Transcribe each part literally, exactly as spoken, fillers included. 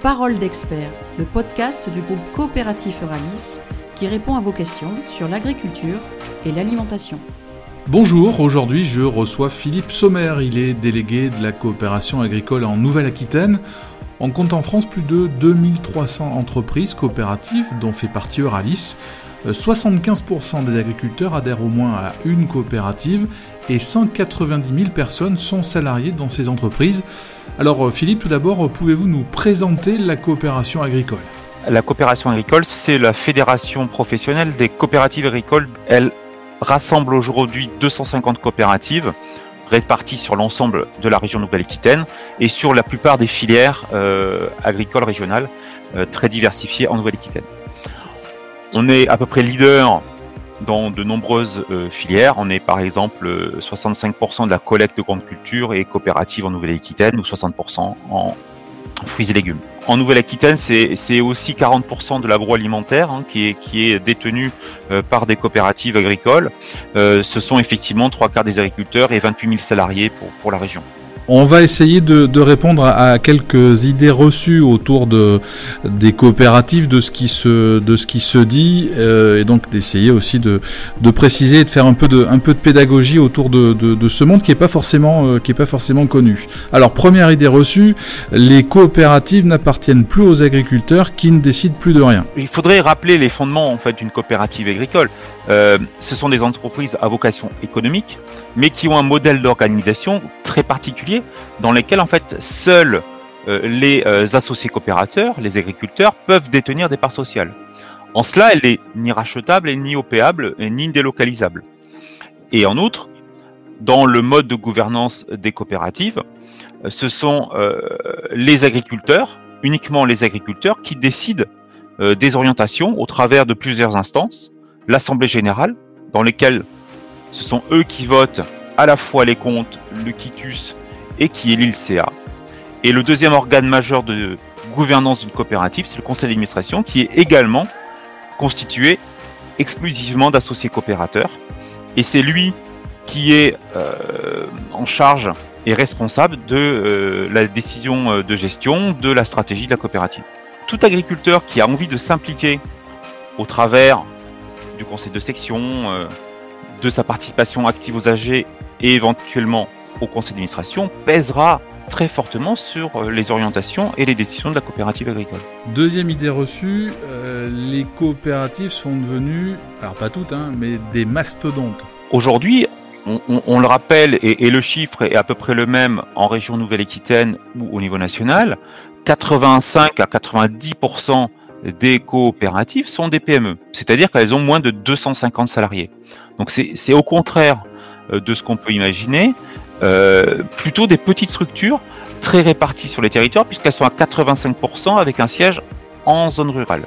Parole d'experts, le podcast du groupe coopératif Euralis qui répond à vos questions sur l'agriculture et l'alimentation. Bonjour, aujourd'hui je reçois Philippe Sommer, il est délégué de la coopération agricole en Nouvelle-Aquitaine. On compte en France plus de deux mille trois cents entreprises coopératives dont fait partie Euralis. soixante-quinze pour cent des agriculteurs adhèrent au moins à une coopérative et cent quatre-vingt-dix mille personnes sont salariées dans ces entreprises. Alors Philippe, tout d'abord, pouvez-vous nous présenter la coopération agricole ? La coopération agricole, c'est la fédération professionnelle des coopératives agricoles. Elle rassemble aujourd'hui deux cent cinquante coopératives réparties sur l'ensemble de la région Nouvelle-Aquitaine et sur la plupart des filières euh, agricoles régionales euh, très diversifiées en Nouvelle-Aquitaine. On est à peu près leader dans de nombreuses euh, filières. On est par exemple euh, soixante-cinq pour cent de la collecte de grandes cultures et coopératives en Nouvelle-Aquitaine ou soixante pour cent en fruits et légumes. En Nouvelle-Aquitaine, c'est, c'est aussi quarante pour cent de l'agroalimentaire hein, qui est, qui est détenu euh, par des coopératives agricoles. Euh, ce sont effectivement trois quarts des agriculteurs et vingt-huit mille salariés pour, pour la région. On va essayer de, de répondre à, à quelques idées reçues autour de, des coopératives, de ce qui se, de ce qui se dit, euh, et donc d'essayer aussi de, de préciser et de faire un peu de, un peu de pédagogie autour de, de, de ce monde qui est pas forcément, euh, qui est pas forcément connu. Alors, première idée reçue, les coopératives n'appartiennent plus aux agriculteurs qui ne décident plus de rien. Il faudrait rappeler les fondements en fait d'une coopérative agricole. Euh, ce sont des entreprises à vocation économique, mais qui ont un modèle d'organisation très particulier, dans lesquels en fait seuls euh, les euh, associés coopérateurs, les agriculteurs, peuvent détenir des parts sociales. En cela, elle n'est ni rachetable, ni opéable, ni délocalisable. Et en outre, dans le mode de gouvernance des coopératives, ce sont euh, les agriculteurs, uniquement les agriculteurs, qui décident euh, des orientations au travers de plusieurs instances. L'Assemblée générale, dans lesquelles ce sont eux qui votent à la fois les comptes, le quitus et qui élit le C A. Et le deuxième organe majeur de gouvernance d'une coopérative, c'est le conseil d'administration, qui est également constitué exclusivement d'associés coopérateurs. Et c'est lui qui est euh, en charge et responsable de euh, la décision de gestion, de la stratégie de la coopérative. Tout agriculteur qui a envie de s'impliquer au travers du conseil de section, euh, de sa participation active aux A G et éventuellement au conseil d'administration, pèsera très fortement sur euh, les orientations et les décisions de la coopérative agricole. Deuxième idée reçue, euh, les coopératives sont devenues, alors pas toutes, hein, mais des mastodontes. Aujourd'hui, on, on, on le rappelle, et, et le chiffre est à peu près le même en région Nouvelle-Aquitaine ou au niveau national, quatre-vingt-cinq à quatre-vingt-dix pour cent des coopératives sont des P M E, c'est-à-dire qu'elles ont moins de deux cent cinquante salariés. Donc c'est, c'est au contraire de ce qu'on peut imaginer, euh, plutôt des petites structures très réparties sur les territoires, puisqu'elles sont à quatre-vingt-cinq pour cent avec un siège en zone rurale.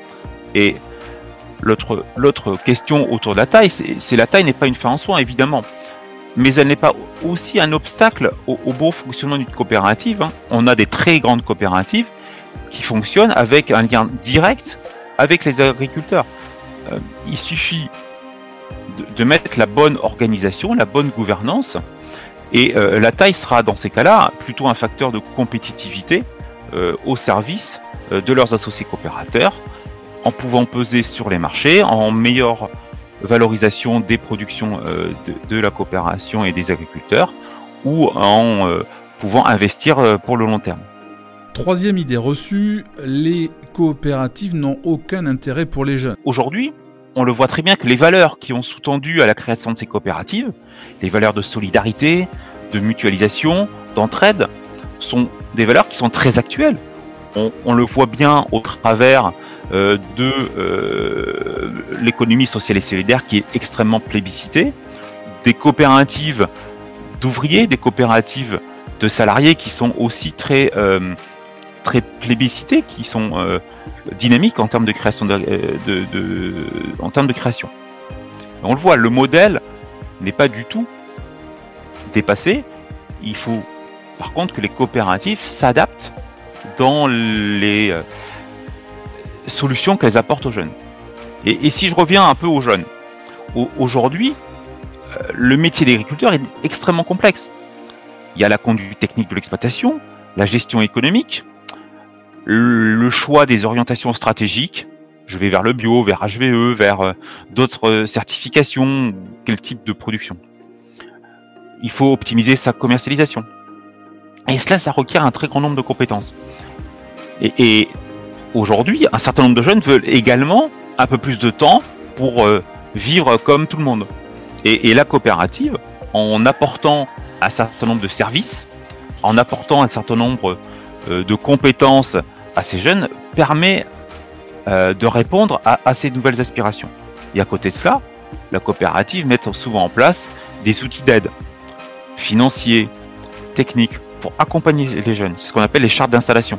Et l'autre, l'autre question autour de la taille, c'est, c'est la taille n'est pas une fin en soi, évidemment, mais elle n'est pas aussi un obstacle au, au bon fonctionnement d'une coopérative. Hein. On a des très grandes coopératives qui fonctionnent avec un lien direct avec les agriculteurs. Euh, il suffit de, de mettre la bonne organisation, la bonne gouvernance, et euh, la taille sera dans ces cas-là plutôt un facteur de compétitivité euh, au service euh, de leurs associés coopérateurs, en pouvant peser sur les marchés, en meilleure valorisation des productions euh, de, de la coopération et des agriculteurs, ou en euh, pouvant investir euh, pour le long terme. Troisième idée reçue, les coopératives n'ont aucun intérêt pour les jeunes. Aujourd'hui, on le voit très bien que les valeurs qui ont sous-tendu à la création de ces coopératives, les valeurs de solidarité, de mutualisation, d'entraide, sont des valeurs qui sont très actuelles. On, on le voit bien au travers euh, de euh, l'économie sociale et solidaire qui est extrêmement plébiscitée, des coopératives d'ouvriers, des coopératives de salariés qui sont aussi très... Euh, très plébiscités, qui sont euh, dynamiques en termes de création de, de, de, en termes de création. On le voit, le modèle n'est pas du tout dépassé. Il faut par contre que les coopératives s'adaptent dans les euh, solutions qu'elles apportent aux jeunes. Et, et si je reviens un peu aux jeunes, au, aujourd'hui, euh, le métier d'agriculteur est extrêmement complexe. Il y a la conduite technique de l'exploitation, la gestion économique, le choix des orientations stratégiques. Je vais vers le bio, vers H V E, vers euh, d'autres certifications, quel type de production. Il faut optimiser sa commercialisation. Et cela, ça requiert un très grand nombre de compétences. Et, et aujourd'hui, un certain nombre de jeunes veulent également un peu plus de temps pour euh, vivre comme tout le monde. Et, et la coopérative, en apportant un certain nombre de services, en apportant un certain nombre euh, de compétences à ces jeunes, permet euh, de répondre à, à ces nouvelles aspirations. Et à côté de cela, la coopérative met souvent en place des outils d'aide financiers, techniques, pour accompagner les jeunes. C'est ce qu'on appelle les chartes d'installation.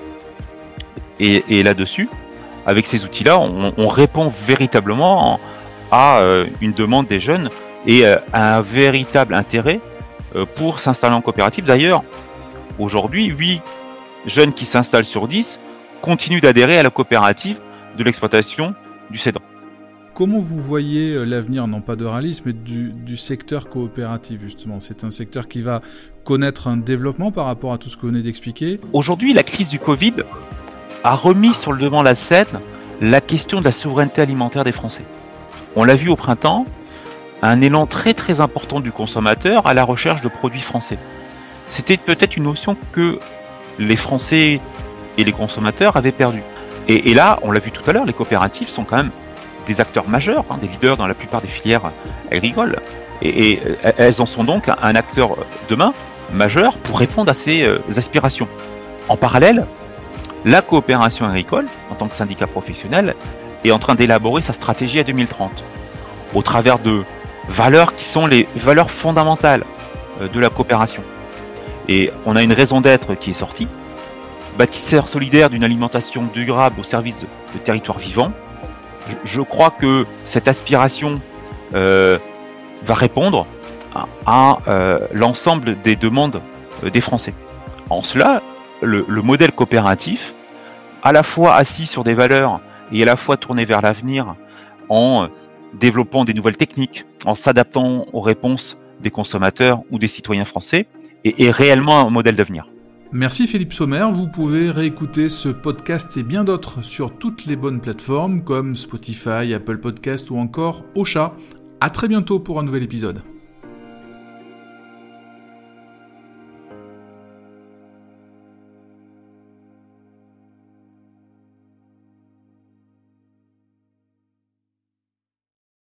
Et, et là-dessus, avec ces outils-là, on, on répond véritablement à euh, une demande des jeunes et euh, à un véritable intérêt euh, pour s'installer en coopérative. D'ailleurs, aujourd'hui, huit jeunes qui s'installent sur dix continuent d'adhérer à la coopérative de l'exploitation du cédant. Comment vous voyez l'avenir, non pas d'Euralis, mais du, du secteur coopératif, justement ? C'est un secteur qui va connaître un développement par rapport à tout ce que vous venez d'expliquer ? Aujourd'hui, la crise du Covid a remis sur le devant de la scène la question de la souveraineté alimentaire des Français. On l'a vu au printemps, un élan très très important du consommateur à la recherche de produits français. C'était peut-être une notion que les Français et les consommateurs avaient perdue. Et, et là, on l'a vu tout à l'heure, les coopératives sont quand même des acteurs majeurs, hein, des leaders dans la plupart des filières agricoles. Et, et elles en sont donc un acteur demain majeur pour répondre à ces euh, aspirations. En parallèle, la coopération agricole, en tant que syndicat professionnel, est en train d'élaborer sa stratégie à deux mille trente, au travers de valeurs qui sont les valeurs fondamentales euh, de la coopération. Et on a une raison d'être qui est sortie, bâtisseur solidaire d'une alimentation durable au service de, de territoires vivants. Je, je crois que cette aspiration euh, va répondre à, à euh, l'ensemble des demandes euh, des Français. En cela, le, le modèle coopératif, à la fois assis sur des valeurs et à la fois tourné vers l'avenir, en développant des nouvelles techniques, en s'adaptant aux réponses des consommateurs ou des citoyens français, est, est réellement un modèle d'avenir. Merci Philippe Sommer, vous pouvez réécouter ce podcast et bien d'autres sur toutes les bonnes plateformes comme Spotify, Apple Podcasts ou encore Ocha. À très bientôt pour un nouvel épisode.